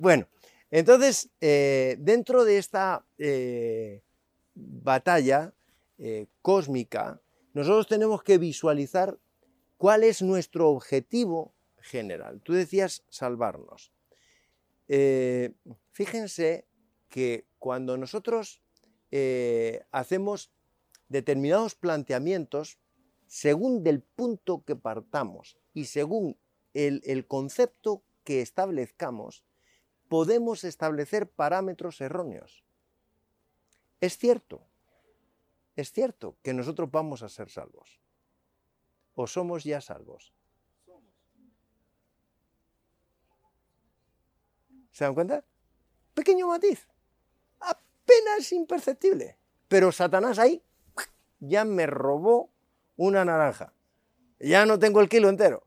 Bueno, entonces, dentro de esta batalla cósmica, nosotros tenemos que visualizar cuál es nuestro objetivo general. Tú decías salvarnos. Fíjense que cuando nosotros hacemos determinados planteamientos, según del punto que partamos y según el concepto que establezcamos, podemos establecer parámetros erróneos. Es cierto que nosotros vamos a ser salvos. ¿O somos ya salvos? ¿Se dan cuenta? Pequeño matiz, apenas imperceptible. Pero Satanás ahí ya me robó una naranja. Ya no tengo el kilo entero.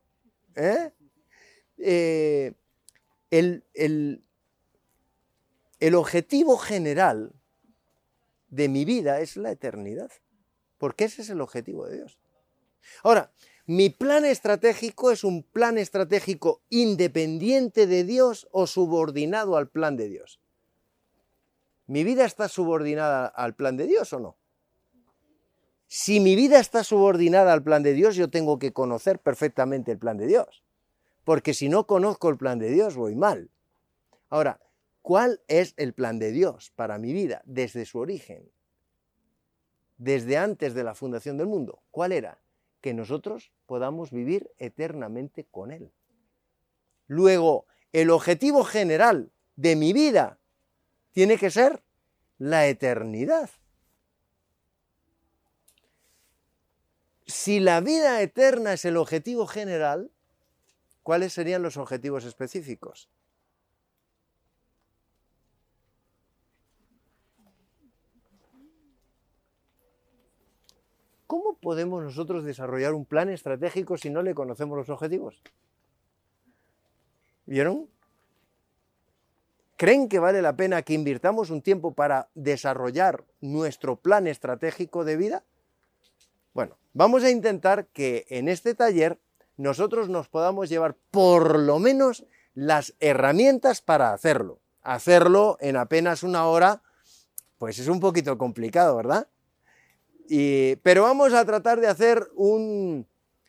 El objetivo general de mi vida es la eternidad, porque ese es el objetivo de Dios. Ahora, ¿mi plan estratégico es un plan estratégico independiente de Dios o subordinado al plan de Dios? ¿Mi vida está subordinada al plan de Dios o no? Si mi vida está subordinada al plan de Dios, yo tengo que conocer perfectamente el plan de Dios, porque si no conozco el plan de Dios, voy mal. Ahora, ¿cuál es el plan de Dios para mi vida desde su origen? Desde antes de la fundación del mundo. ¿Cuál era? Que nosotros podamos vivir eternamente con Él. Luego, el objetivo general de mi vida tiene que ser la eternidad. Si la vida eterna es el objetivo general, ¿cuáles serían los objetivos específicos? ¿Cómo podemos nosotros desarrollar un plan estratégico si no le conocemos los objetivos? ¿Vieron? ¿Creen que vale la pena que invirtamos un tiempo para desarrollar nuestro plan estratégico de vida? Bueno, vamos a intentar que en este taller nosotros nos podamos llevar por lo menos las herramientas para hacerlo. Hacerlo en apenas una hora, pues es un poquito complicado, ¿verdad? Pero vamos a tratar de hacer un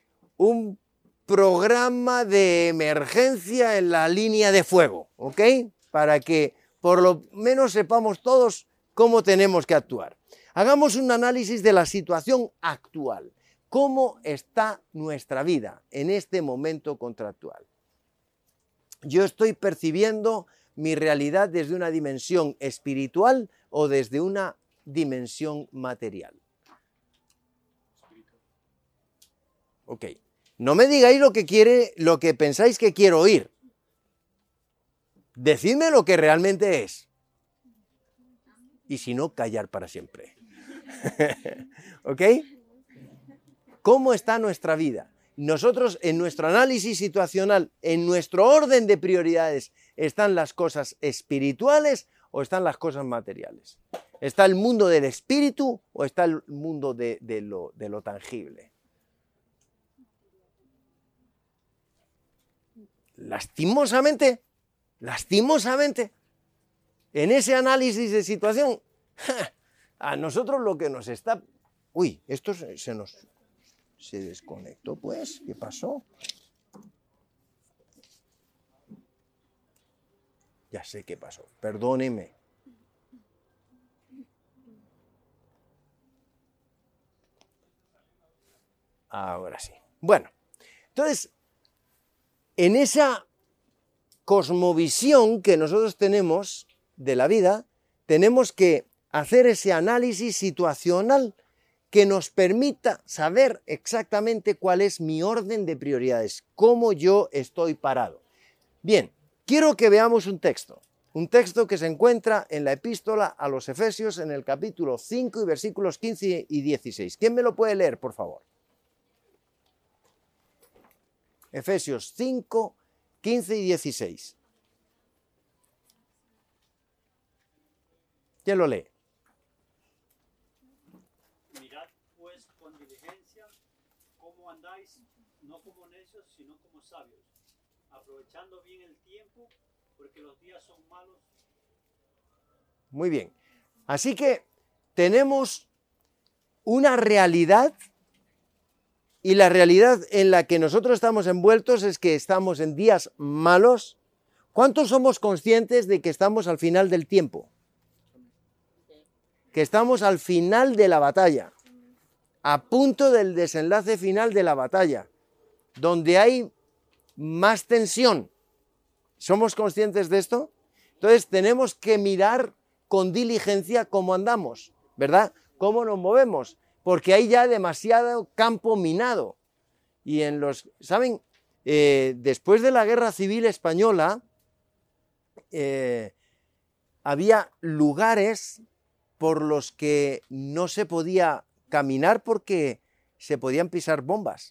programa de emergencia en la línea de fuego, ¿ok? Para que por lo menos sepamos todos cómo tenemos que actuar. Hagamos un análisis de la situación actual. ¿Cómo está nuestra vida en este momento contractual? ¿Yo estoy percibiendo mi realidad desde una dimensión espiritual o desde una dimensión material? Ok. No me digáis lo que pensáis que quiero oír. Decidme lo que realmente es. Y si no, callar para siempre. ¿Ok? ¿Cómo está nuestra vida? Nosotros, en nuestro análisis situacional, en nuestro orden de prioridades, ¿están las cosas espirituales o están las cosas materiales? ¿Está el mundo del espíritu o está el mundo de lo tangible? Lastimosamente, en ese análisis de situación, a nosotros lo que nos está... Uy, esto se desconectó, pues. ¿Qué pasó? Ya sé qué pasó. Perdóneme. Ahora sí. Bueno, entonces, en esa cosmovisión que nosotros tenemos de la vida, tenemos que hacer ese análisis situacional que nos permita saber exactamente cuál es mi orden de prioridades, cómo yo estoy parado. Bien, quiero que veamos un texto que se encuentra en la epístola a los Efesios en el capítulo 5 y versículos 15 y 16. ¿Quién me lo puede leer, por favor? Efesios 5, 15 y 16. ¿Quién lo lee? Mirad pues con diligencia cómo andáis, no como necios, sino como sabios, aprovechando bien el tiempo, porque los días son malos. Muy bien. Así que tenemos una realidad, y la realidad en la que nosotros estamos envueltos es que estamos en días malos. ¿Cuántos somos conscientes de que estamos al final del tiempo? Que estamos al final de la batalla, a punto del desenlace final de la batalla, donde hay más tensión. ¿Somos conscientes de esto? Entonces tenemos que mirar con diligencia cómo andamos, ¿verdad? Cómo nos movemos, porque hay ya demasiado campo minado. Y ¿saben? Después de la Guerra Civil Española, había lugares por los que no se podía caminar porque se podían pisar bombas.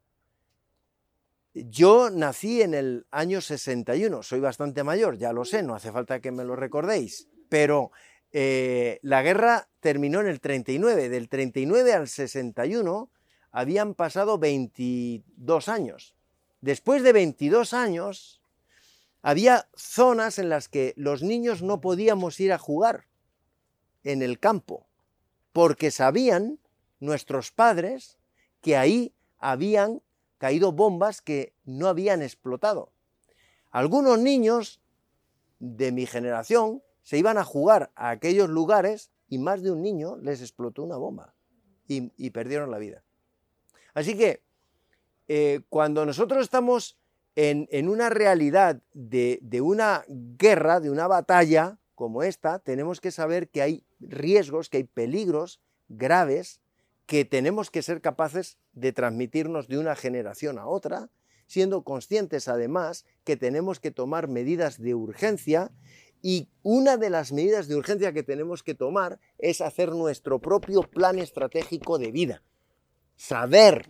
Yo nací en el año 61, soy bastante mayor, ya lo sé, no hace falta que me lo recordéis, pero la guerra terminó en el 39, del 39 al 61 habían pasado 22 años. Después de 22 años había zonas en las que los niños no podíamos ir a jugar en el campo, porque sabían nuestros padres que ahí habían caído bombas que no habían explotado. Algunos niños de mi generación se iban a jugar a aquellos lugares y más de un niño les explotó una bomba y perdieron la vida. Así que cuando nosotros estamos en una realidad de una guerra, de una batalla como esta, tenemos que saber que hay riesgos, que hay peligros graves que tenemos que ser capaces de transmitirnos de una generación a otra, siendo conscientes además que tenemos que tomar medidas de urgencia, y una de las medidas de urgencia que tenemos que tomar es hacer nuestro propio plan estratégico de vida. Saber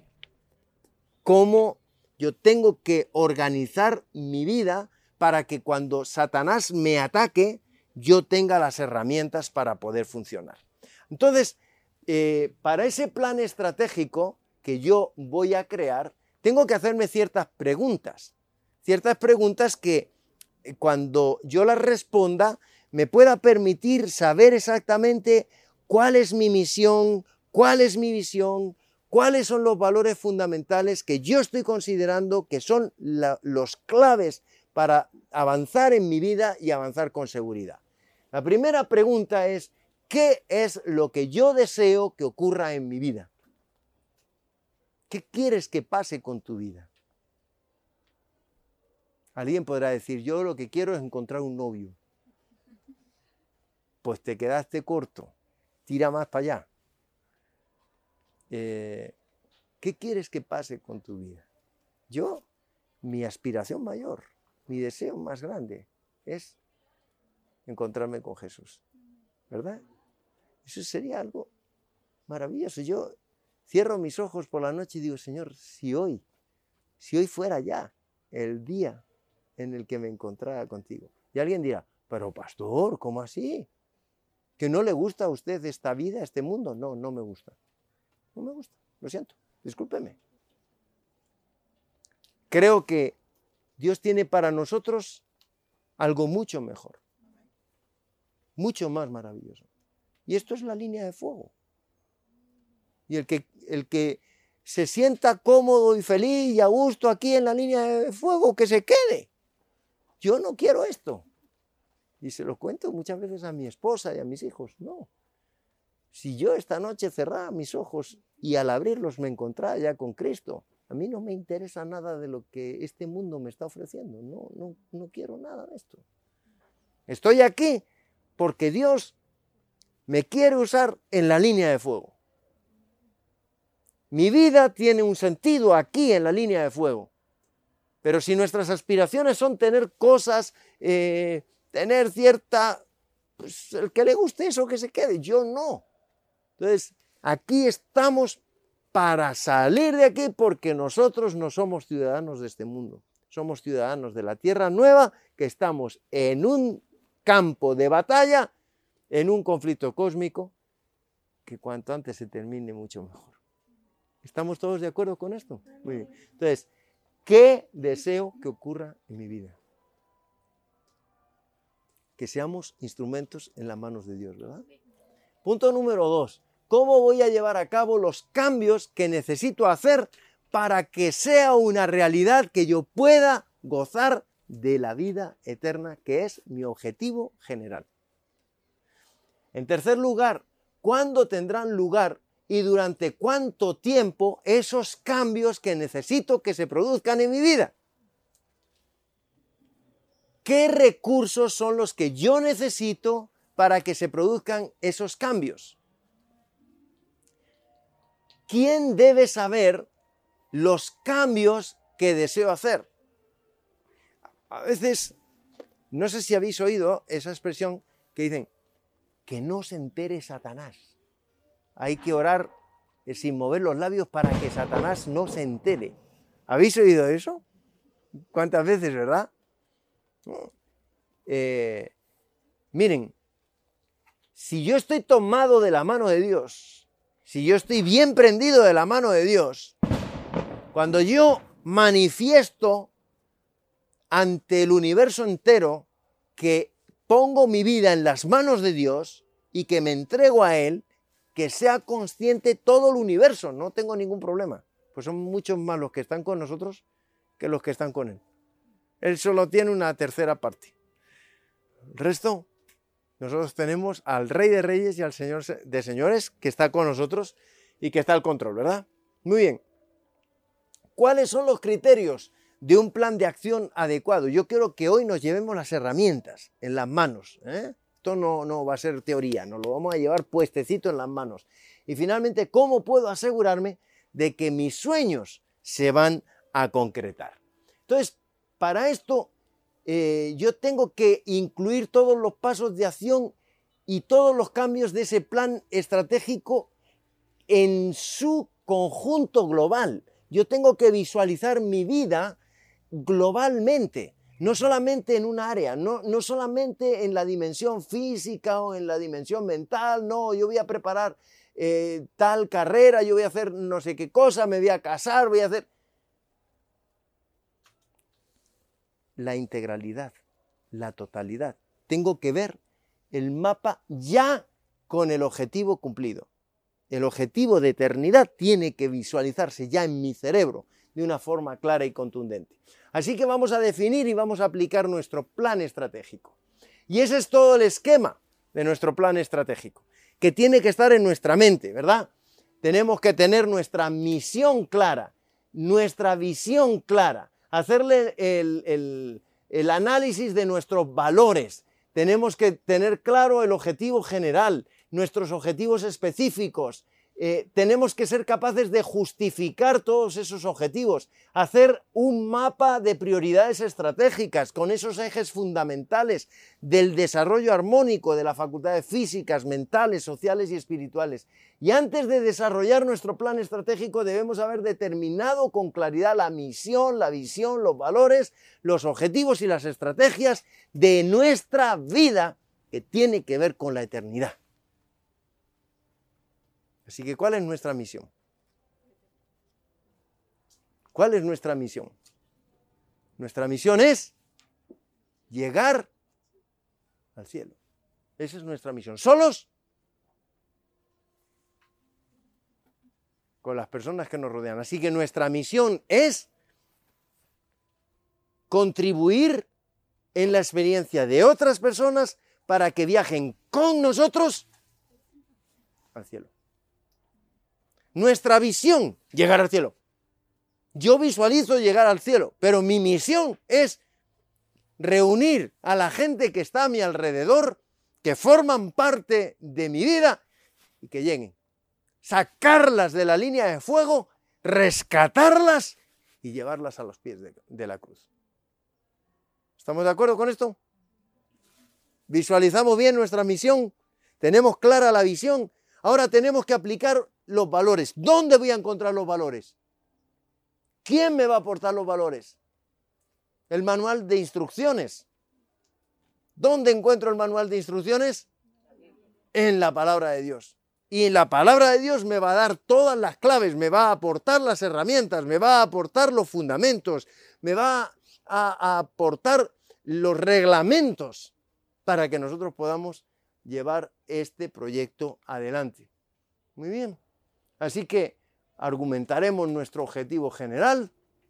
cómo yo tengo que organizar mi vida para que cuando Satanás me ataque, yo tenga las herramientas para poder funcionar. Entonces, para ese plan estratégico que yo voy a crear, tengo que hacerme ciertas preguntas que cuando yo las responda me pueda permitir saber exactamente cuál es mi misión, cuál es mi visión, cuáles son los valores fundamentales que yo estoy considerando que son los claves para avanzar en mi vida y avanzar con seguridad. La primera pregunta es, ¿qué es lo que yo deseo que ocurra en mi vida? ¿Qué quieres que pase con tu vida? Alguien podrá decir, yo lo que quiero es encontrar un novio. Pues te quedaste corto, tira más para allá. ¿Qué quieres que pase con tu vida? Yo, mi aspiración mayor, mi deseo más grande es encontrarme con Jesús, ¿verdad? Eso sería algo maravilloso. Yo cierro mis ojos por la noche y digo, Señor, si hoy fuera ya el día en el que me encontrara contigo. Y alguien dirá, pero pastor, ¿cómo así? ¿Que no le gusta a usted esta vida, este mundo? No, no me gusta. No me gusta, lo siento, discúlpeme. Creo que Dios tiene para nosotros algo mucho mejor, mucho más maravilloso. Y esto es la línea de fuego. Y el que se sienta cómodo y feliz y a gusto aquí en la línea de fuego, que se quede. Yo no quiero esto. Y se lo cuento muchas veces a mi esposa y a mis hijos. No. Si yo esta noche cerrara mis ojos y al abrirlos me encontrara ya con Cristo, a mí no me interesa nada de lo que este mundo me está ofreciendo. No quiero nada de esto. Estoy aquí porque Dios me quiere usar en la línea de fuego. Mi vida tiene un sentido aquí en la línea de fuego. Pero si nuestras aspiraciones son tener cosas, tener cierta... Pues el que le guste eso, que se quede. Yo no. Entonces, aquí estamos para salir de aquí porque nosotros no somos ciudadanos de este mundo. Somos ciudadanos de la tierra nueva, que estamos en un campo de batalla, en un conflicto cósmico, que cuanto antes se termine, mucho mejor. ¿Estamos todos de acuerdo con esto? Muy bien. Entonces, ¿qué deseo que ocurra en mi vida? que seamos instrumentos en las manos de Dios, ¿verdad? Punto número 2. ¿Cómo voy a llevar a cabo los cambios que necesito hacer para que sea una realidad que yo pueda gozar de la vida eterna, que es mi objetivo general? En tercer lugar, ¿cuándo tendrán lugar y durante cuánto tiempo esos cambios que necesito que se produzcan en mi vida? ¿Qué recursos son los que yo necesito para que se produzcan esos cambios? ¿Quién debe saber los cambios que deseo hacer? A veces, no sé si habéis oído esa expresión que dicen, que no se entere Satanás. Hay que orar sin mover los labios para que Satanás no se entere. ¿Habéis oído eso? ¿Cuántas veces, verdad? Miren, si yo estoy tomado de la mano de Dios, si yo estoy bien prendido de la mano de Dios, cuando yo manifiesto ante el universo entero que pongo mi vida en las manos de Dios y que me entrego a Él, que sea consciente todo el universo, no tengo ningún problema. Pues son muchos más los que están con nosotros que los que están con Él. Él solo tiene una tercera parte. El resto, nosotros tenemos al Rey de Reyes y al Señor de Señores que está con nosotros y que está al control, ¿verdad? Muy bien. ¿Cuáles son los criterios de un plan de acción adecuado? Yo quiero que hoy nos llevemos las herramientas en las manos. Esto no va a ser teoría, nos lo vamos a llevar puestecito en las manos. Y finalmente, ¿cómo puedo asegurarme de que mis sueños se van a concretar? Entonces, para esto, yo tengo que incluir todos los pasos de acción y todos los cambios de ese plan estratégico en su conjunto global. Yo tengo que visualizar mi vida globalmente, no solamente en un área, no solamente en la dimensión física o en la dimensión mental. No, yo voy a preparar tal carrera, yo voy a hacer no sé qué cosa, me voy a casar, voy a hacer... La integralidad, la totalidad. Tengo que ver el mapa ya con el objetivo cumplido. El objetivo de eternidad tiene que visualizarse ya en mi cerebro de una forma clara y contundente. Así que vamos a definir y vamos a aplicar nuestro plan estratégico. Y ese es todo el esquema de nuestro plan estratégico, que tiene que estar en nuestra mente, ¿verdad? Tenemos que tener nuestra misión clara, nuestra visión clara, hacerle el análisis de nuestros valores. Tenemos que tener claro el objetivo general, nuestros objetivos específicos. Tenemos que ser capaces de justificar todos esos objetivos, hacer un mapa de prioridades estratégicas con esos ejes fundamentales del desarrollo armónico de las facultades físicas, mentales, sociales y espirituales. Y antes de desarrollar nuestro plan estratégico debemos haber determinado con claridad la misión, la visión, los valores, los objetivos y las estrategias de nuestra vida que tiene que ver con la eternidad. Así que, ¿cuál es nuestra misión? ¿Cuál es nuestra misión? Nuestra misión es llegar al cielo. Esa es nuestra misión. ¿Solos? Con las personas que nos rodean. Así que nuestra misión es contribuir en la experiencia de otras personas para que viajen con nosotros al cielo. Nuestra visión, llegar al cielo. Yo visualizo llegar al cielo, pero mi misión es reunir a la gente que está a mi alrededor, que forman parte de mi vida y que lleguen. Sacarlas de la línea de fuego, rescatarlas y llevarlas a los pies de la cruz. ¿Estamos de acuerdo con esto? ¿Visualizamos bien nuestra misión? ¿Tenemos clara la visión? Ahora tenemos que aplicar los valores. ¿Dónde voy a encontrar los valores? ¿Quién me va a aportar los valores? El manual de instrucciones. ¿Dónde encuentro el manual de instrucciones? En la palabra de Dios. Y la palabra de Dios me va a dar todas las claves, me va a aportar las herramientas, me va a aportar los fundamentos, me va a aportar los reglamentos para que nosotros podamos llevar este proyecto adelante. Muy bien. Así que argumentaremos nuestro objetivo general,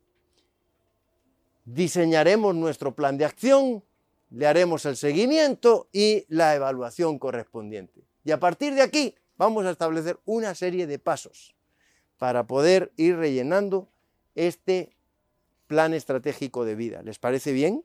diseñaremos nuestro plan de acción, le haremos el seguimiento y la evaluación correspondiente. Y a partir de aquí vamos a establecer una serie de pasos para poder ir rellenando este plan estratégico de vida. ¿Les parece bien?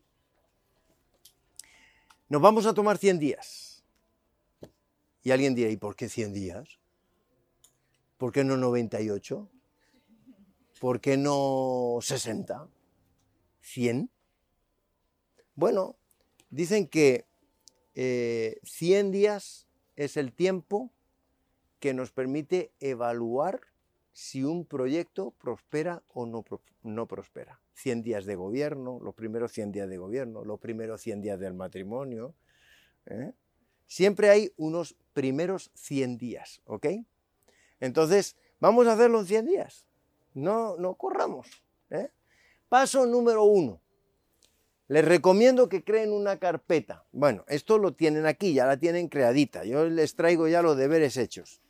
Nos vamos a tomar 100 días. Y alguien dirá, ¿y por qué 100 días? ¿Por qué no 98? ¿Por qué no 60? ¿100? Bueno, dicen que 100 días es el tiempo que nos permite evaluar si un proyecto prospera o no prospera. 100 días de gobierno, los primeros 100 días de gobierno, los primeros 100 días del matrimonio. Siempre hay unos primeros 100 días, ¿ok? Entonces, vamos a hacerlo en 100 días. No corramos. Paso número 1. Les recomiendo que creen una carpeta. Bueno, esto lo tienen aquí, ya la tienen creadita. Yo les traigo ya los deberes hechos.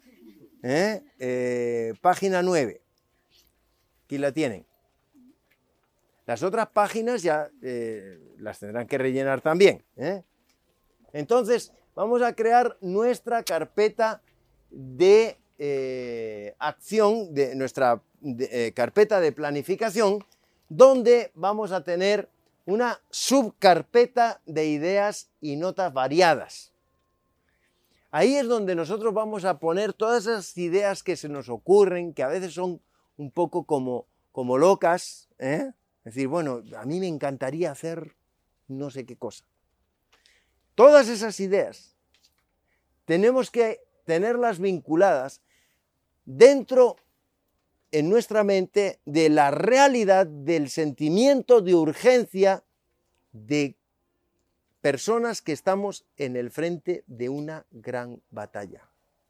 Página 9. Aquí la tienen. Las otras páginas ya las tendrán que rellenar también. Entonces, vamos a crear nuestra carpeta de acción, de nuestra carpeta de planificación, donde vamos a tener una subcarpeta de ideas y notas variadas. Ahí es donde nosotros vamos a poner todas esas ideas que se nos ocurren, que a veces son un poco como locas, Es decir, bueno, a mí me encantaría hacer no sé qué cosa. Todas esas ideas tenemos que tenerlas vinculadas dentro, en nuestra mente, de la realidad del sentimiento de urgencia de personas que estamos en el frente de una gran batalla.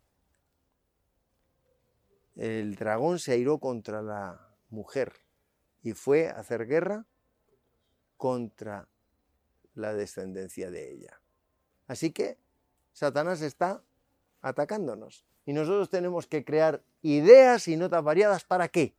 El dragón se airó contra la mujer y fue a hacer guerra contra la descendencia de ella. Así que Satanás está atacándonos y nosotros tenemos que crear ideas y notas variadas. ¿Para qué?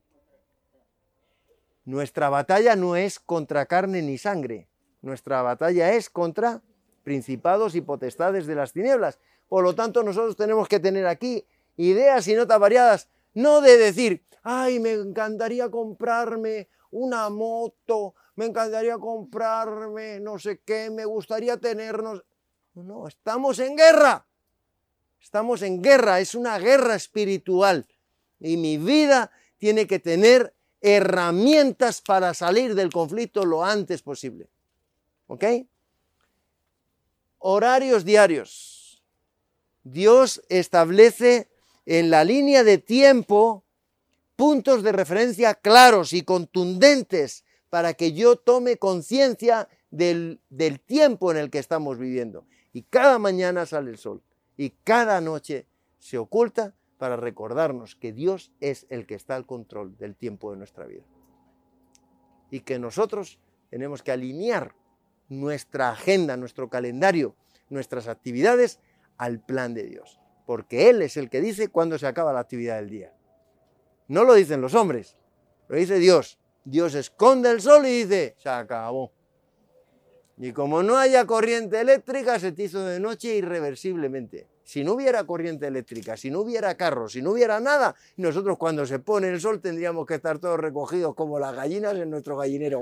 Nuestra batalla no es contra carne ni sangre. Nuestra batalla es contra principados y potestades de las tinieblas. Por lo tanto, nosotros tenemos que tener aquí ideas y notas variadas, no de decir, ay, me encantaría comprarme una moto, me encantaría comprarme no sé qué, me gustaría tenernos... No, estamos en guerra. Estamos en guerra, es una guerra espiritual. Y mi vida tiene que tener herramientas para salir del conflicto lo antes posible. ¿Ok? Horarios diarios. Dios establece en la línea de tiempo puntos de referencia claros y contundentes para que yo tome conciencia del tiempo en el que estamos viviendo. Y cada mañana sale el sol y cada noche se oculta para recordarnos que Dios es el que está al control del tiempo de nuestra vida. Y que nosotros tenemos que alinear nuestra agenda, nuestro calendario, nuestras actividades al plan de Dios. Porque Él es el que dice cuándo se acaba la actividad del día. No lo dicen los hombres, lo dice Dios. Dios esconde el sol y dice, se acabó. Y como no haya corriente eléctrica, se te hizo de noche irreversiblemente. Si no hubiera corriente eléctrica, si no hubiera carros, si no hubiera nada, nosotros cuando se pone el sol tendríamos que estar todos recogidos como las gallinas en nuestro gallinero.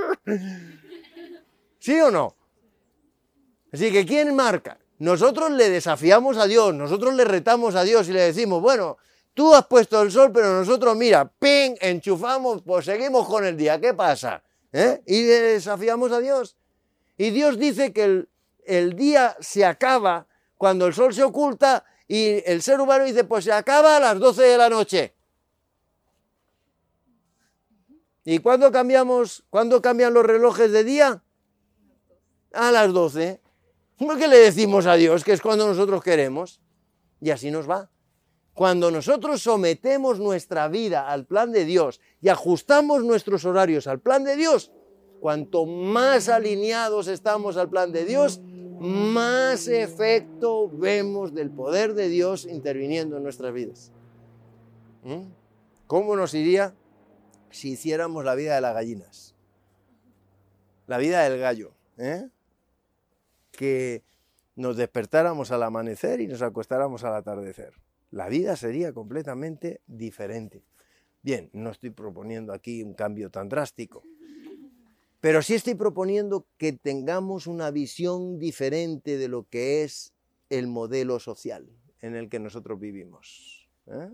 ¿Sí o no? Así que ¿quién marca? Nosotros le desafiamos a Dios, nosotros le retamos a Dios y le decimos, bueno, tú has puesto el sol, pero nosotros, mira, ¡ping!, enchufamos, pues seguimos con el día, ¿qué pasa? Y le desafiamos a Dios. Y Dios dice que el día se acaba cuando el sol se oculta y el ser humano dice, pues se acaba a las 12 de la noche. ¿Y cuándo cambian los relojes de día? A las 12. ¿Por qué le decimos a Dios que es cuando nosotros queremos? Y así nos va. Cuando nosotros sometemos nuestra vida al plan de Dios y ajustamos nuestros horarios al plan de Dios, cuanto más alineados estamos al plan de Dios, más efecto vemos del poder de Dios interviniendo en nuestras vidas. ¿Cómo nos iría si hiciéramos la vida de las gallinas? La vida del gallo, que nos despertáramos al amanecer y nos acostáramos al atardecer. La vida sería completamente diferente. Bien, no estoy proponiendo aquí un cambio tan drástico, pero sí estoy proponiendo que tengamos una visión diferente de lo que es el modelo social en el que nosotros vivimos.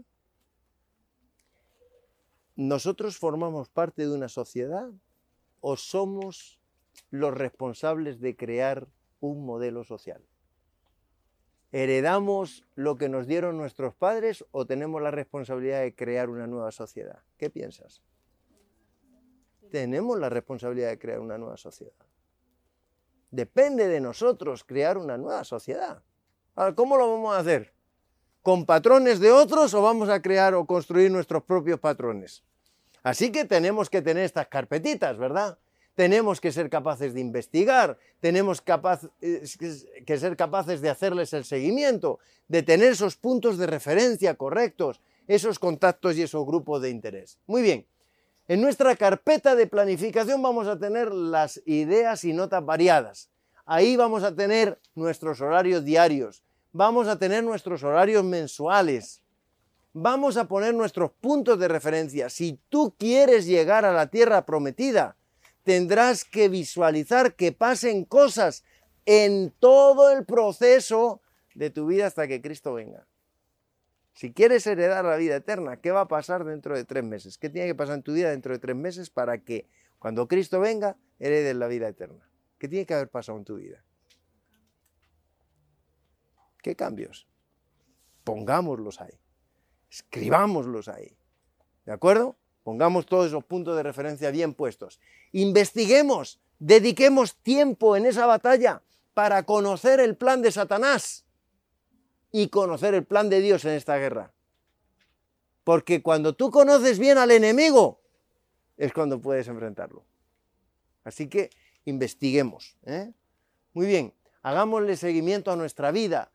¿Nosotros formamos parte de una sociedad o somos los responsables de crear un modelo social? ¿Heredamos lo que nos dieron nuestros padres o tenemos la responsabilidad de crear una nueva sociedad? ¿Qué piensas? Tenemos la responsabilidad de crear una nueva sociedad. Depende de nosotros crear una nueva sociedad. Ahora, ¿cómo lo vamos a hacer? ¿Con patrones de otros o vamos a crear o construir nuestros propios patrones? Así que tenemos que tener estas carpetitas, ¿verdad? Tenemos que ser capaces de investigar, tenemos que ser capaces de hacerles el seguimiento, de tener esos puntos de referencia correctos, esos contactos y esos grupos de interés. Muy bien, en nuestra carpeta de planificación vamos a tener las ideas y notas variadas. Ahí vamos a tener nuestros horarios diarios, vamos a tener nuestros horarios mensuales, vamos a poner nuestros puntos de referencia. Si tú quieres llegar a la tierra prometida, tendrás que visualizar que pasen cosas en todo el proceso de tu vida hasta que Cristo venga. Si quieres heredar la vida eterna, ¿qué va a pasar dentro de 3 meses? ¿Qué tiene que pasar en tu vida dentro de 3 meses para que cuando Cristo venga heredes la vida eterna? ¿Qué tiene que haber pasado en tu vida? ¿Qué cambios? Pongámoslos ahí. Escribámoslos ahí. ¿De acuerdo? Pongamos todos esos puntos de referencia bien puestos. Investiguemos, dediquemos tiempo en esa batalla para conocer el plan de Satanás y conocer el plan de Dios en esta guerra. Porque cuando tú conoces bien al enemigo, es cuando puedes enfrentarlo. Así que investiguemos. Muy bien, hagámosle seguimiento a nuestra vida.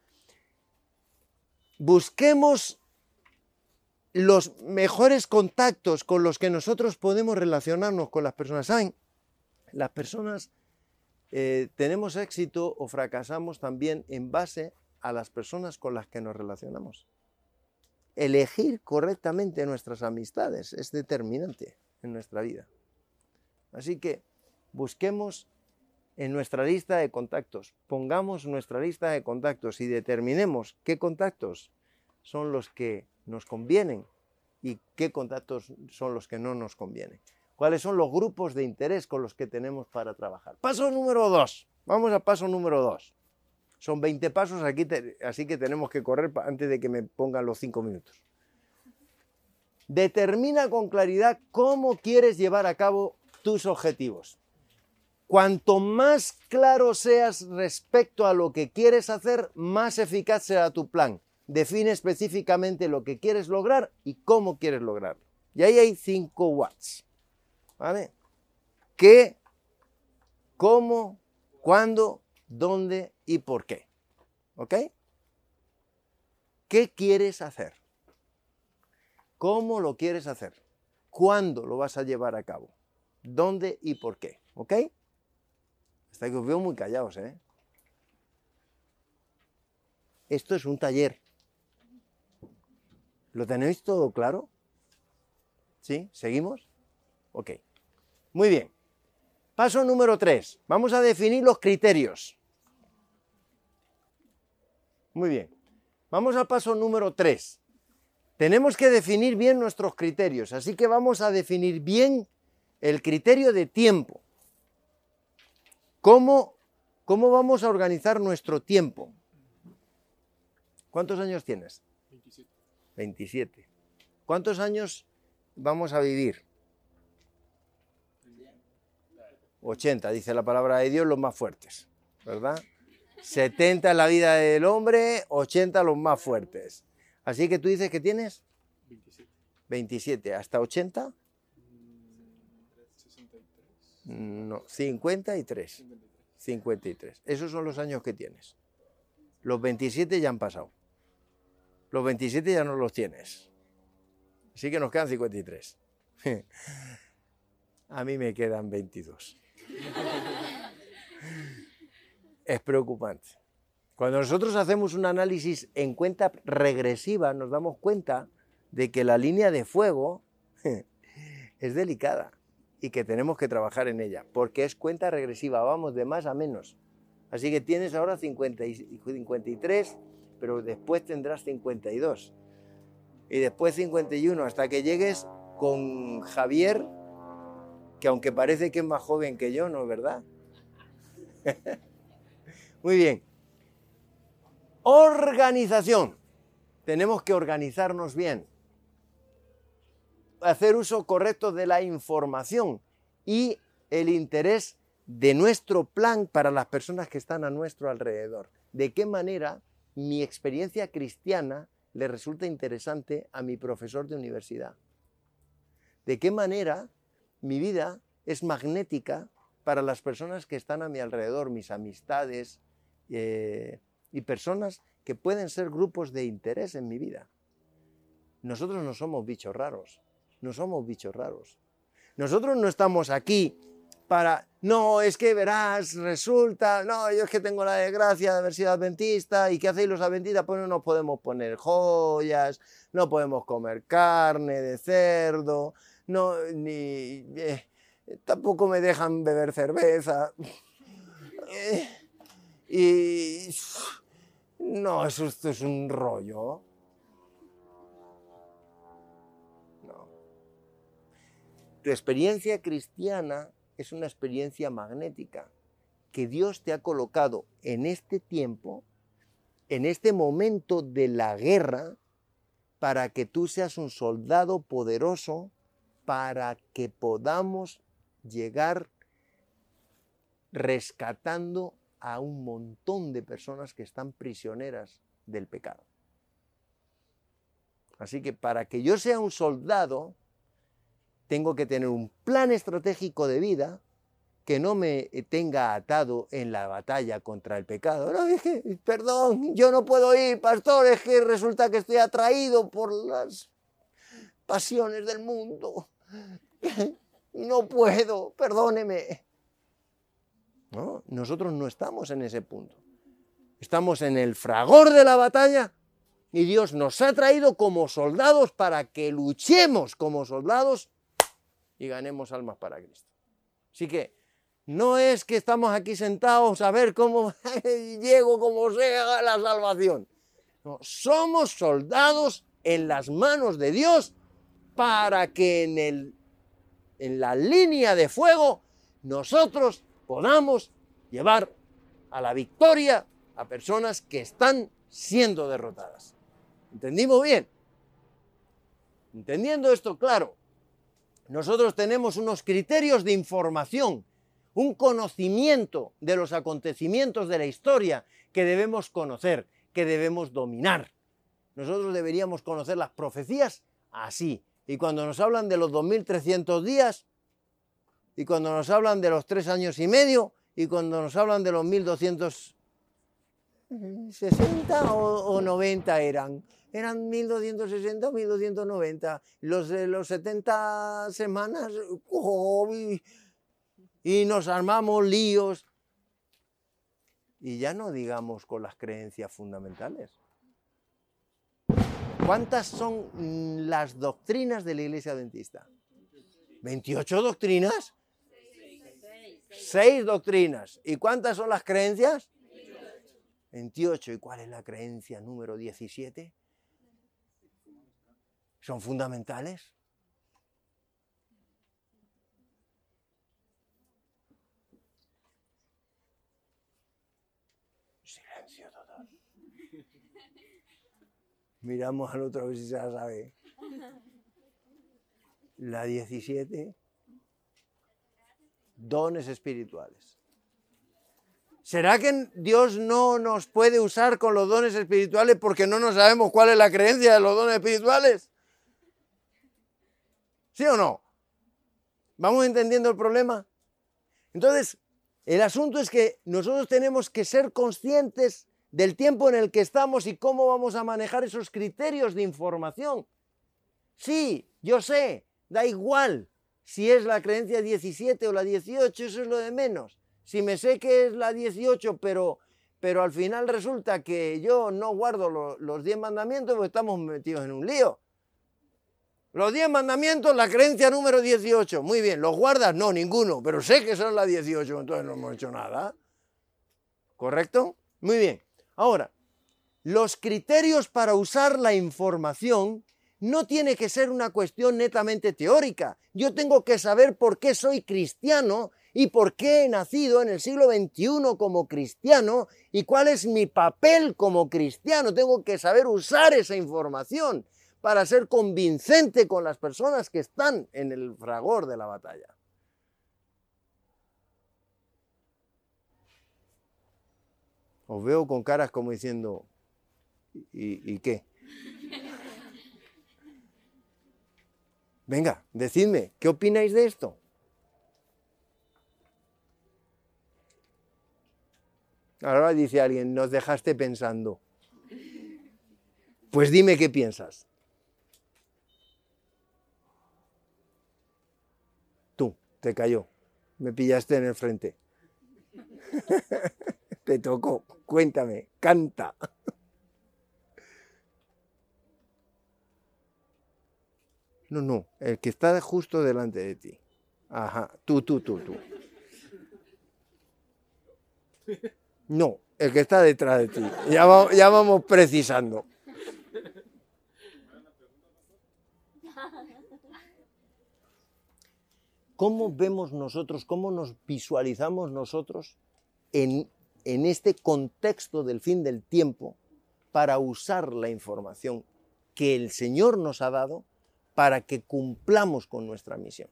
Busquemos los mejores contactos con los que nosotros podemos relacionarnos con las personas. ¿Saben? Las personas tenemos éxito o fracasamos también en base a las personas con las que nos relacionamos. Elegir correctamente nuestras amistades es determinante en nuestra vida. Así que busquemos en nuestra lista de contactos, pongamos nuestra lista de contactos y determinemos qué contactos son los que nos convienen y qué contactos son los que no nos convienen. ¿Cuáles son los grupos de interés con los que tenemos para trabajar? Paso número 2. Vamos a paso número 2. Son 20 pasos aquí, así que tenemos que correr antes de que me pongan los 5 minutos. Determina con claridad cómo quieres llevar a cabo tus objetivos. Cuanto más claro seas respecto a lo que quieres hacer, más eficaz será tu plan. Define específicamente lo que quieres lograr y cómo quieres lograrlo. Y ahí hay 5 watts. ¿Vale? ¿Qué? ¿Cómo? ¿Cuándo? ¿Dónde? ¿Y por qué? ¿Ok? ¿Qué quieres hacer? ¿Cómo lo quieres hacer? ¿Cuándo lo vas a llevar a cabo? ¿Dónde y por qué? ¿Ok? Hasta que os veo muy callados, ¿eh? Esto es un taller. ¿Lo tenéis todo claro? ¿Sí? ¿Seguimos? Ok. Muy bien. Paso número 3. Vamos a definir los criterios. Muy bien. Vamos al paso número 3. Tenemos que definir bien nuestros criterios, así que vamos a definir bien el criterio de tiempo. ¿Cómo vamos a organizar nuestro tiempo? ¿Cuántos años tienes? 27. 27. ¿Cuántos años vamos a vivir? 80, dice la palabra de Dios, los más fuertes, ¿verdad? 70 es la vida del hombre, 80 los más fuertes. Así que tú dices que tienes 27. 27. ¿Hasta 80? 63. No, 53. 53. Esos son los años que tienes. Los 27 ya han pasado. Los 27 ya no los tienes. Así que nos quedan 53. A mí me quedan 22. Es preocupante. Cuando nosotros hacemos un análisis en cuenta regresiva, nos damos cuenta de que la línea de fuego es delicada y que tenemos que trabajar en ella, porque es cuenta regresiva, vamos de más a menos. Así que tienes ahora 53, pero después tendrás 52. Y después 51, hasta que llegues con Javier, que aunque parece que es más joven que yo, ¿no es verdad? Muy bien. Organización. Tenemos que organizarnos bien. Hacer uso correcto de la información y el interés de nuestro plan para las personas que están a nuestro alrededor. ¿De qué manera mi experiencia cristiana le resulta interesante a mi profesor de universidad? ¿De qué manera mi vida es magnética para las personas que están a mi alrededor, mis amistades y personas que pueden ser grupos de interés en mi vida? Nosotros no somos bichos raros, no somos bichos raros. Nosotros no estamos aquí para, no, es que verás, resulta, no, yo es que tengo la desgracia de haber sido adventista, ¿y qué hacéis los adventistas? Pues no nos podemos poner joyas, no podemos comer carne de cerdo, no, tampoco me dejan beber cerveza, y no, esto es un rollo. No. Tu experiencia cristiana es una experiencia magnética que Dios te ha colocado en este tiempo, en este momento de la guerra, para que tú seas un soldado poderoso, para que podamos llegar rescatando a un montón de personas que están prisioneras del pecado. Así que para que yo sea un soldado, tengo que tener un plan estratégico de vida que no me tenga atado en la batalla contra el pecado. No, es que, perdón, yo no puedo ir, pastor, es que resulta que estoy atraído por las pasiones del mundo. No puedo, perdóneme. No, nosotros no estamos en ese punto. Estamos en el fragor de la batalla y Dios nos ha traído como soldados para que luchemos como soldados y ganemos almas para Cristo. Así que no es que estamos aquí sentados a ver cómo llego como sea a la salvación. No, somos soldados en las manos de Dios para que en la línea de fuego nosotros podamos llevar a la victoria a personas que están siendo derrotadas. ¿Entendimos bien? Entendiendo esto claro, nosotros tenemos unos criterios de información, un conocimiento de los acontecimientos de la historia que debemos conocer, que debemos dominar. Nosotros deberíamos conocer las profecías así. Y cuando nos hablan de los 2300 días, y cuando nos hablan de los 3 años y medio, y cuando nos hablan de los 1260 o 90 eran 1260 o 1290, los de los 70 semanas, y nos armamos líos. Y ya no digamos con las creencias fundamentales. ¿Cuántas son las doctrinas de la Iglesia Adventista? ¿28 doctrinas? 6 doctrinas. ¿Y cuántas son las creencias? 28. ¿Y cuál es la creencia número 17? ¿Son fundamentales? Silencio total. Miramos al otro a ver si se la sabe. La 17, dones espirituales. ¿Será que Dios no nos puede usar con los dones espirituales porque no nos sabemos cuál es la creencia de los dones espirituales? ¿Sí o no? ¿Vamos entendiendo el problema? Entonces, El asunto es que nosotros tenemos que ser conscientes del tiempo en el que estamos y cómo vamos a manejar esos criterios de información. Sí, yo sé, da igual si es la creencia 17 o la 18, eso es lo de menos. Si me sé que es la 18, pero al final resulta que yo no guardo los 10 mandamientos, pues estamos metidos en un lío. Los 10 mandamientos, la creencia número 18. Muy bien, ¿los guardas? No, ninguno, pero sé que son las 18, entonces no hemos hecho nada. ¿Correcto? Muy bien. Ahora, los criterios para usar la información no tiene que ser una cuestión netamente teórica. Yo tengo que saber por qué soy cristiano y por qué he nacido en el siglo XXI como cristiano y cuál es mi papel como cristiano. Tengo que saber usar esa información para ser convincente con las personas que están en el fragor de la batalla. Os veo con caras como diciendo, ¿y qué? Venga, decidme, ¿qué opináis de esto? Ahora dice alguien, nos dejaste pensando. Pues dime qué piensas. Tú, te cayó. Me pillaste en el frente. Te tocó. Cuéntame, canta. No, el que está justo delante de ti. Ajá, tú. No, el que está detrás de ti. Ya vamos precisando. ¿Cómo vemos nosotros, cómo nos visualizamos nosotros en este contexto del fin del tiempo para usar la información que el Señor nos ha dado para que cumplamos con nuestra misión?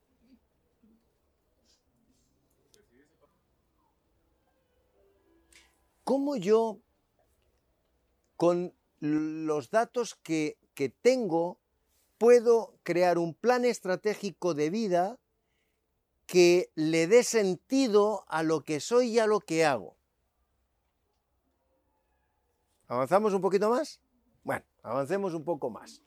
¿Cómo yo, con los datos que tengo, puedo crear un plan estratégico de vida que le dé sentido a lo que soy y a lo que hago? ¿Avanzamos un poquito más? Bueno, avancemos un poco más.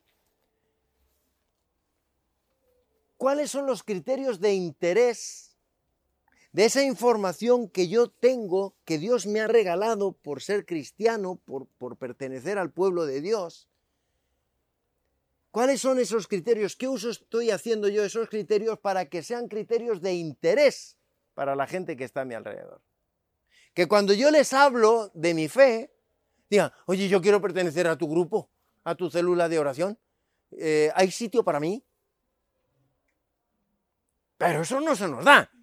¿Cuáles son los criterios de interés de esa información que yo tengo, que Dios me ha regalado por ser cristiano, por pertenecer al pueblo de Dios? ¿Cuáles son esos criterios? ¿Qué uso estoy haciendo yo de esos criterios para que sean criterios de interés para la gente que está a mi alrededor? Que cuando yo les hablo de mi fe, digan, oye, yo quiero pertenecer a tu grupo, a tu célula de oración. ¿Hay sitio para mí? Pero eso no se nos da.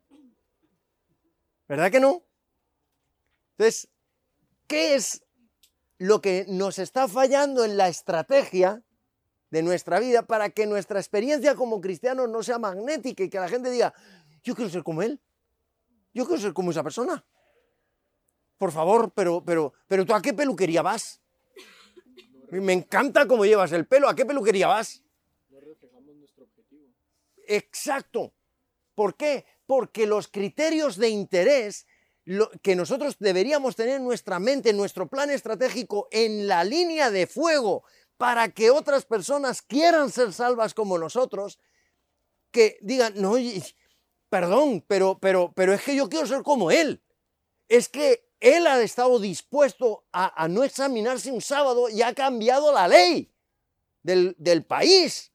¿Verdad que no? Entonces, ¿qué es lo que nos está fallando en la estrategia de nuestra vida para que nuestra experiencia como cristianos no sea magnética y que la gente diga, yo quiero ser como él, yo quiero ser como esa persona? Por favor, pero ¿tú a qué peluquería vas? Me encanta cómo llevas el pelo, ¿a qué peluquería vas? No reflejamos nuestro objetivo. Exacto. ¿Por qué? Porque los criterios de interés que nosotros deberíamos tener en nuestra mente, en nuestro plan estratégico, en la línea de fuego, para que otras personas quieran ser salvas como nosotros, que digan, no, perdón, pero es que yo quiero ser como él. Es que él ha estado dispuesto a no examinarse un sábado y ha cambiado la ley del país.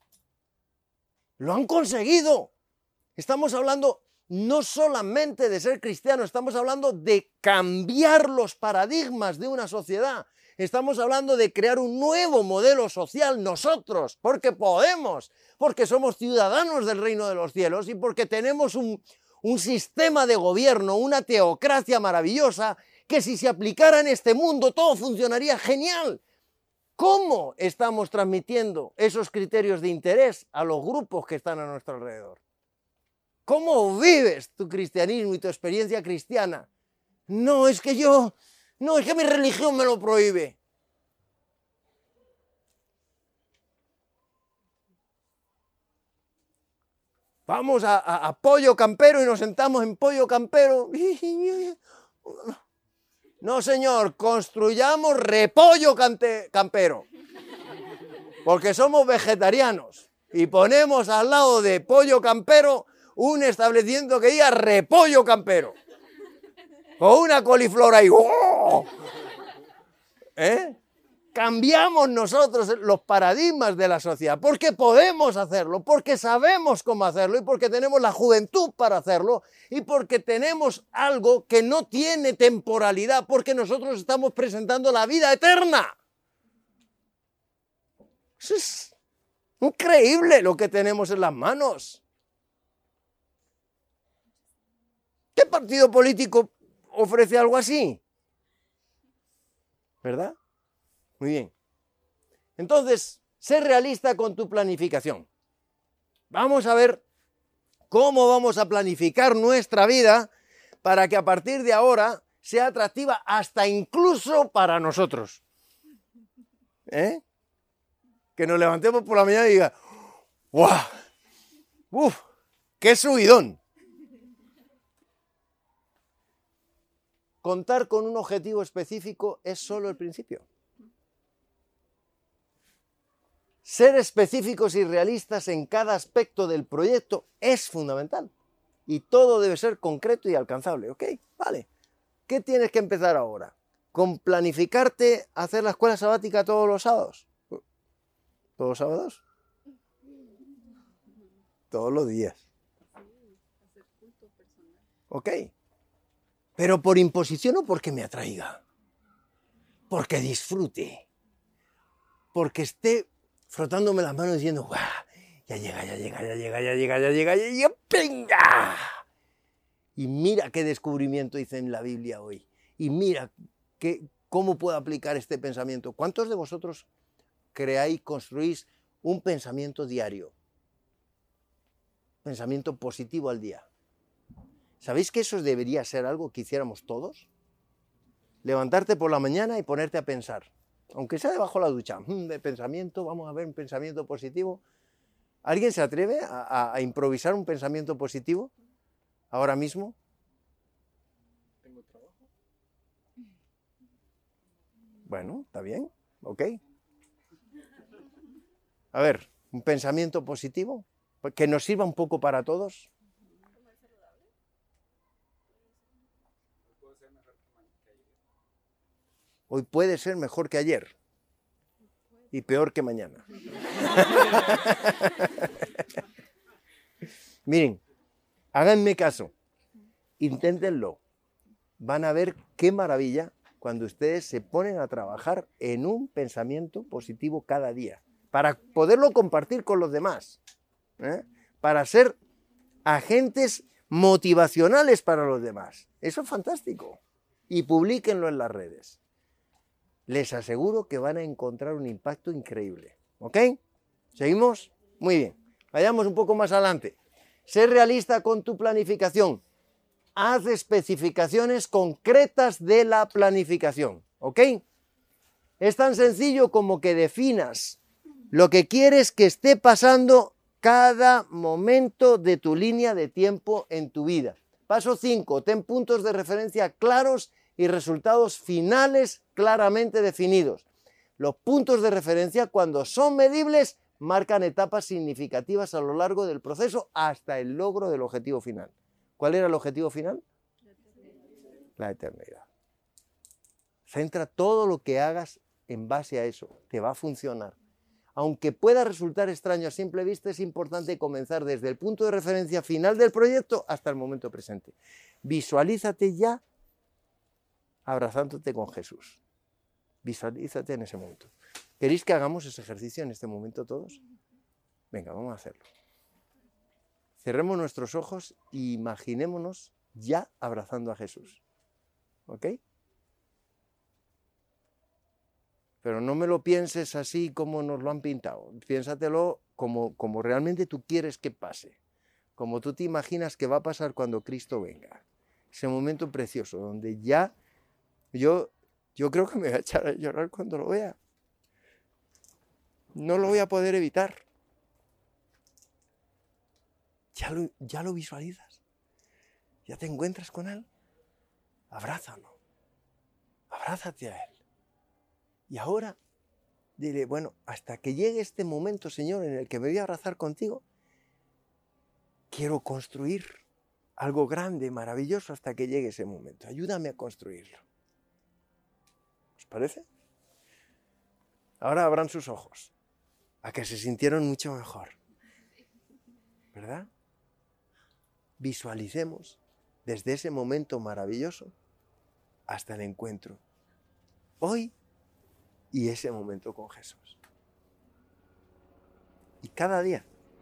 Lo han conseguido. Estamos hablando no solamente de ser cristianos, estamos hablando de cambiar los paradigmas de una sociedad. Estamos hablando de crear un nuevo modelo social nosotros, porque podemos, porque somos ciudadanos del reino de los cielos y porque tenemos un sistema de gobierno, una teocracia maravillosa, que si se aplicara en este mundo todo funcionaría genial. ¿Cómo estamos transmitiendo esos criterios de interés a los grupos que están a nuestro alrededor? ¿Cómo vives tu cristianismo y tu experiencia cristiana? No, es que mi religión me lo prohíbe. Vamos a Pollo Campero y nos sentamos en Pollo Campero. No, señor, construyamos Repollo Campero. Porque somos vegetarianos. Y ponemos al lado de Pollo Campero un establecimiento que diga Repollo Campero. Con una coliflor ahí. ¡Oh! Cambiamos nosotros los paradigmas de la sociedad, porque podemos hacerlo, porque sabemos cómo hacerlo y porque tenemos la juventud para hacerlo y porque tenemos algo que no tiene temporalidad, porque nosotros estamos presentando la vida eterna. Eso es increíble lo que tenemos en las manos. ¿Qué partido político ofrece algo así? ¿Verdad? Muy bien. Entonces, sé realista con tu planificación. Vamos a ver cómo vamos a planificar nuestra vida para que a partir de ahora sea atractiva hasta incluso para nosotros. Que nos levantemos por la mañana y diga, ¡guau! ¡Uf! ¡Qué subidón! Contar con un objetivo específico es solo el principio. Ser específicos y realistas en cada aspecto del proyecto es fundamental. Y todo debe ser concreto y alcanzable, ¿ok? Vale. ¿Qué tienes que empezar ahora? ¿Con planificarte hacer la escuela sabática todos los sábados? ¿Todos los sábados? Todos los días. ¿Ok? Pero por imposición o porque me atraiga. Porque disfrute. Porque esté frotándome las manos diciendo, ¡guau! Ya llega, ¡venga! Y mira qué descubrimiento hice en la Biblia hoy. Y mira cómo puedo aplicar este pensamiento. ¿Cuántos de vosotros construís un pensamiento diario? Pensamiento positivo al día. ¿Sabéis que eso debería ser algo que hiciéramos todos? Levantarte por la mañana y ponerte a pensar. Aunque sea debajo de la ducha, de pensamiento, vamos a ver un pensamiento positivo. ¿Alguien se atreve a improvisar un pensamiento positivo ahora mismo? Tengo trabajo. Bueno, está bien, ok. A ver, un pensamiento positivo que nos sirva un poco para todos. Hoy puede ser mejor que ayer y peor que mañana. Miren, háganme caso, inténtenlo. Van a ver qué maravilla cuando ustedes se ponen a trabajar en un pensamiento positivo cada día, para poderlo compartir con los demás, para ser agentes motivacionales para los demás. Eso es fantástico. Y publíquenlo en las redes. Les aseguro que van a encontrar un impacto increíble. ¿Ok? ¿Seguimos? Muy bien. Vayamos un poco más adelante. Sé realista con tu planificación. Haz especificaciones concretas de la planificación. ¿Ok? Es tan sencillo como que definas lo que quieres que esté pasando cada momento de tu línea de tiempo en tu vida. Paso 5. Ten puntos de referencia claros y resultados finales claramente definidos. Los puntos de referencia, cuando son medibles, marcan etapas significativas a lo largo del proceso hasta el logro del objetivo final. ¿Cuál era el objetivo final? La eternidad. Centra todo lo que hagas en base a eso. Te va a funcionar. Aunque pueda resultar extraño a simple vista, es importante comenzar desde el punto de referencia final del proyecto hasta el momento presente. Visualízate ya abrazándote con Jesús. Visualízate en ese momento. ¿Queréis que hagamos ese ejercicio en este momento todos? Venga, vamos a hacerlo. Cerremos nuestros ojos e imaginémonos ya abrazando a Jesús. ¿Ok? Pero no me lo pienses así como nos lo han pintado. Piénsatelo como realmente tú quieres que pase. Como tú te imaginas que va a pasar cuando Cristo venga. Ese momento precioso donde ya yo creo que me voy a echar a llorar cuando lo vea. No lo voy a poder evitar. ¿Ya lo visualizas? ¿Ya te encuentras con Él? Abrázalo. Abrázate a Él. Y ahora, dile, bueno, hasta que llegue este momento, Señor, en el que me voy a abrazar contigo, quiero construir algo grande, maravilloso, hasta que llegue ese momento. Ayúdame a construirlo. ¿Os parece? Ahora abran sus ojos, a que se sintieron mucho mejor. ¿Verdad? Visualicemos desde ese momento maravilloso hasta el encuentro. Hoy y ese momento con Jesús. Y cada día,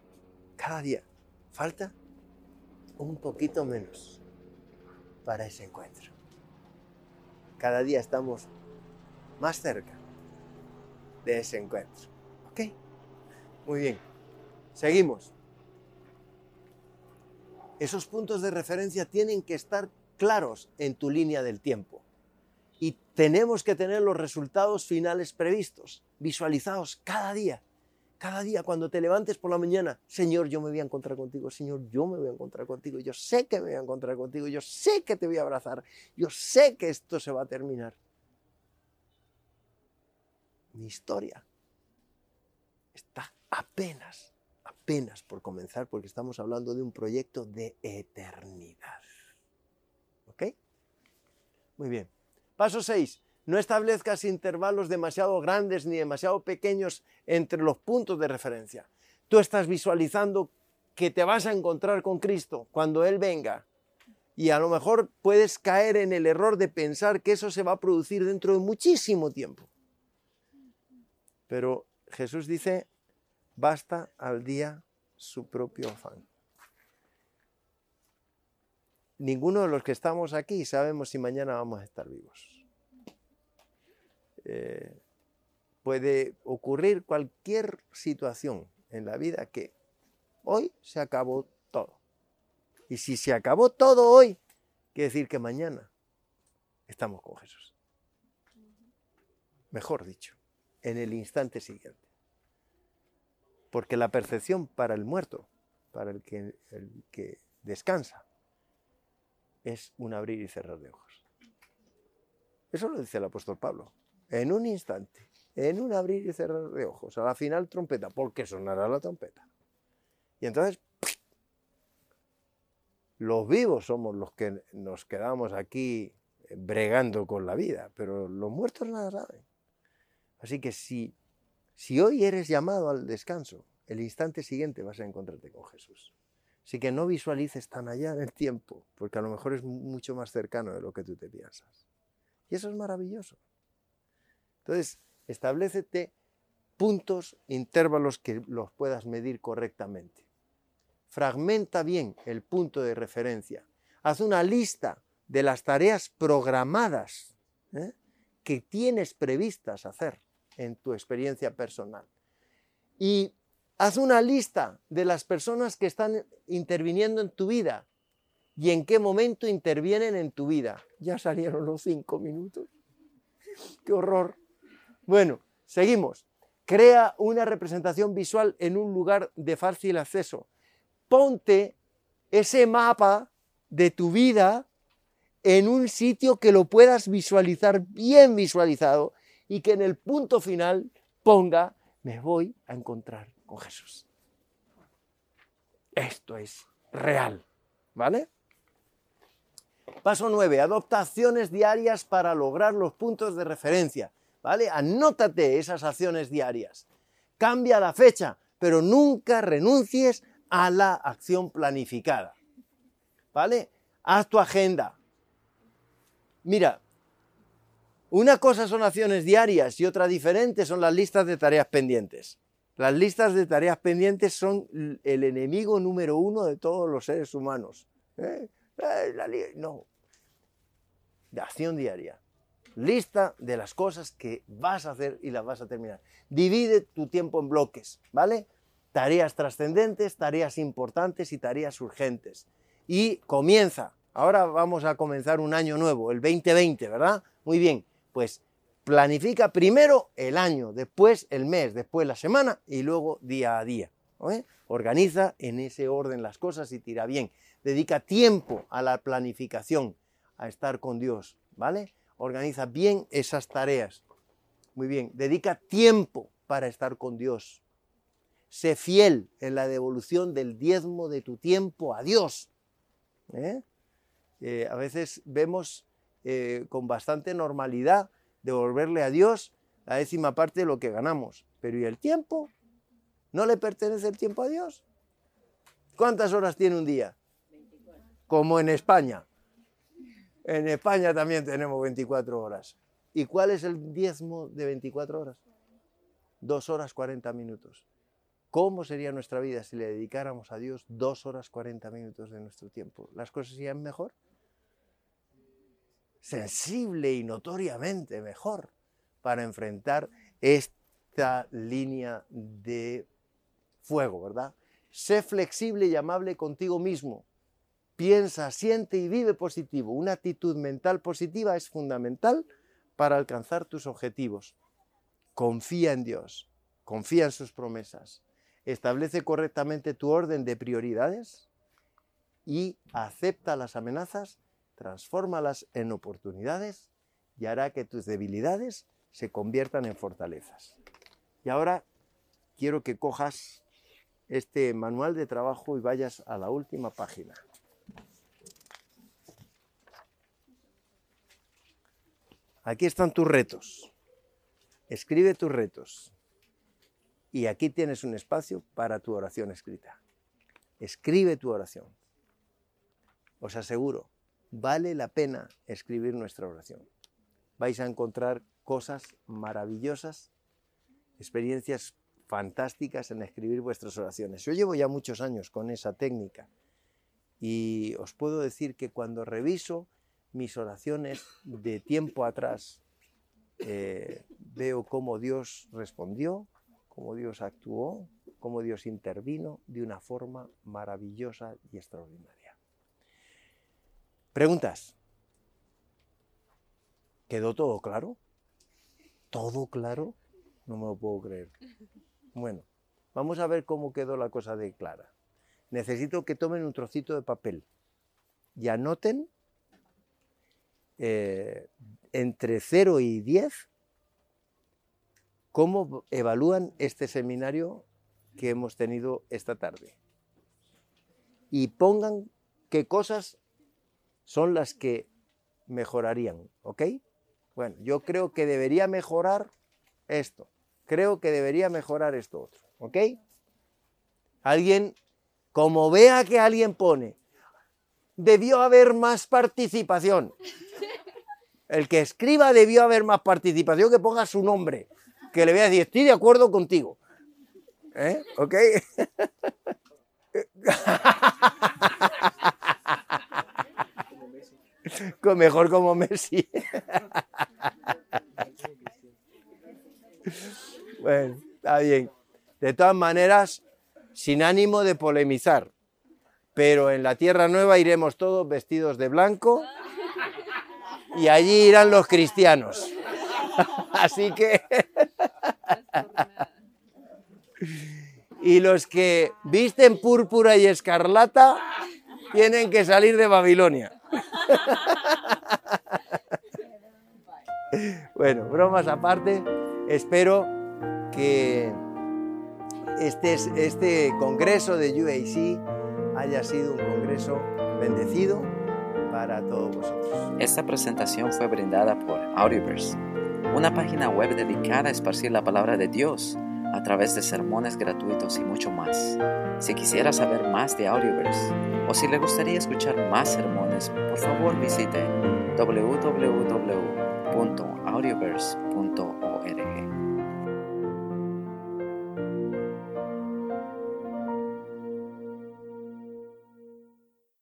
falta un poquito menos para ese encuentro. Cada día estamos más cerca de ese encuentro. ¿Ok? Muy bien. Seguimos. Esos puntos de referencia tienen que estar claros en tu línea del tiempo. Y tenemos que tener los resultados finales previstos, visualizados cada día. Cada día cuando te levantes por la mañana, Señor, yo me voy a encontrar contigo, Señor, yo me voy a encontrar contigo, yo sé que me voy a encontrar contigo, yo sé que te voy a abrazar, yo sé que esto se va a terminar. Mi historia está apenas por comenzar, porque estamos hablando de un proyecto de eternidad. ¿Ok? Muy bien. Paso 6. No establezcas intervalos demasiado grandes ni demasiado pequeños entre los puntos de referencia. Tú estás visualizando que te vas a encontrar con Cristo cuando Él venga. Y a lo mejor puedes caer en el error de pensar que eso se va a producir dentro de muchísimo tiempo. Pero Jesús dice, basta al día su propio afán. Ninguno de los que estamos aquí sabemos si mañana vamos a estar vivos. Puede ocurrir cualquier situación en la vida que hoy se acabó todo. Y si se acabó todo hoy, quiere decir que mañana estamos con Jesús. Mejor dicho, en el instante siguiente. Porque la percepción para el muerto, para el que descansa, es un abrir y cerrar de ojos. Eso lo dice el apóstol Pablo. En un instante, en un abrir y cerrar de ojos, a la final trompeta, porque sonará la trompeta. Y entonces, los vivos somos los que nos quedamos aquí bregando con la vida, pero los muertos nada saben. Así que si hoy eres llamado al descanso, el instante siguiente vas a encontrarte con Jesús. Así que no visualices tan allá en el tiempo, porque a lo mejor es mucho más cercano de lo que tú te piensas. Y eso es maravilloso. Entonces, establécete puntos, intervalos que los puedas medir correctamente. Fragmenta bien el punto de referencia. Haz una lista de las tareas programadas que tienes previstas hacer en tu experiencia personal. Y haz una lista de las personas que están interviniendo en tu vida y en qué momento intervienen en tu vida. Ya salieron los 5 minutos. ¡Qué horror! Bueno, seguimos. Crea una representación visual en un lugar de fácil acceso. Ponte ese mapa de tu vida en un sitio que lo puedas visualizar bien visualizado y que en el punto final ponga, me voy a encontrar con Jesús. Esto es real, ¿vale? Paso 9. Adopta acciones diarias para lograr los puntos de referencia, ¿vale? Anótate esas acciones diarias. Cambia la fecha, pero nunca renuncies a la acción planificada, ¿vale? Haz tu agenda. Mira, una cosa son acciones diarias y otra diferente son las listas de tareas pendientes. Las listas de tareas pendientes son el enemigo número 1 de todos los seres humanos. No. De acción diaria. Lista de las cosas que vas a hacer y las vas a terminar. Divide tu tiempo en bloques, ¿vale? Tareas trascendentes, tareas importantes y tareas urgentes. Y comienza. Ahora vamos a comenzar un año nuevo, el 2020, ¿verdad? Muy bien, pues planifica primero el año, después el mes, después la semana y luego día a día, ¿eh? Organiza en ese orden las cosas y te irá bien. Dedica tiempo a la planificación, a estar con Dios, ¿vale? Organiza bien esas tareas. Muy bien, dedica tiempo para estar con Dios. Sé fiel en la devolución del diezmo de tu tiempo a Dios. A veces vemos con bastante normalidad devolverle a Dios la 10ª parte de lo que ganamos. Pero ¿y el tiempo? ¿No le pertenece el tiempo a Dios? ¿Cuántas horas tiene un día? 24. Como en España. En España también tenemos 24 horas. ¿Y cuál es el diezmo de 24 horas? 2 horas 40 minutos. ¿Cómo sería nuestra vida si le dedicáramos a Dios 2 horas 40 minutos de nuestro tiempo? ¿Las cosas serían mejor? Sensible y notoriamente mejor para enfrentar esta línea de fuego, ¿verdad? Sé flexible y amable contigo mismo. Piensa, siente y vive positivo. Una actitud mental positiva es fundamental para alcanzar tus objetivos. Confía en Dios, confía en sus promesas. Establece correctamente tu orden de prioridades y acepta las amenazas, transfórmalas en oportunidades y hará que tus debilidades se conviertan en fortalezas. Y ahora quiero que cojas este manual de trabajo y vayas a la última página. Aquí están tus retos. Escribe tus retos. Y aquí tienes un espacio para tu oración escrita. Escribe tu oración. Os aseguro, vale la pena escribir nuestra oración. Vais a encontrar cosas maravillosas, experiencias fantásticas en escribir vuestras oraciones. Yo llevo ya muchos años con esa técnica y os puedo decir que cuando reviso mis oraciones de tiempo atrás, veo cómo Dios respondió, cómo Dios actuó, cómo Dios intervino de una forma maravillosa y extraordinaria. Preguntas. ¿Quedó todo claro? ¿Todo claro? No me lo puedo creer. Bueno, vamos a ver cómo quedó la cosa de clara. Necesito que tomen un trocito de papel y anoten entre 0 y 10 cómo evalúan este seminario que hemos tenido esta tarde. Y pongan qué cosas son las que mejorarían, ¿ok? Bueno, yo creo que debería mejorar esto. Creo que debería mejorar esto otro, ¿ok? Alguien, como vea que alguien pone, debió haber más participación. El que escriba debió haber más participación, que ponga su nombre, que le vea decir, estoy de acuerdo contigo. ¿Ok? Mejor como Messi. Bueno, está bien. De todas maneras, sin ánimo de polemizar, pero en la Tierra Nueva iremos todos vestidos de blanco y allí irán los cristianos. Así que... Y los que visten púrpura y escarlata tienen que salir de Babilonia. Bueno, bromas aparte, espero que este congreso de UAC haya sido un congreso bendecido para todos vosotros. Esta presentación fue brindada por Audioverse, una página web dedicada a esparcir la palabra de Dios a través de sermones gratuitos y mucho más. Si quisiera saber más de Audioverse o si le gustaría escuchar más sermones, por favor visite www.audioverse.org.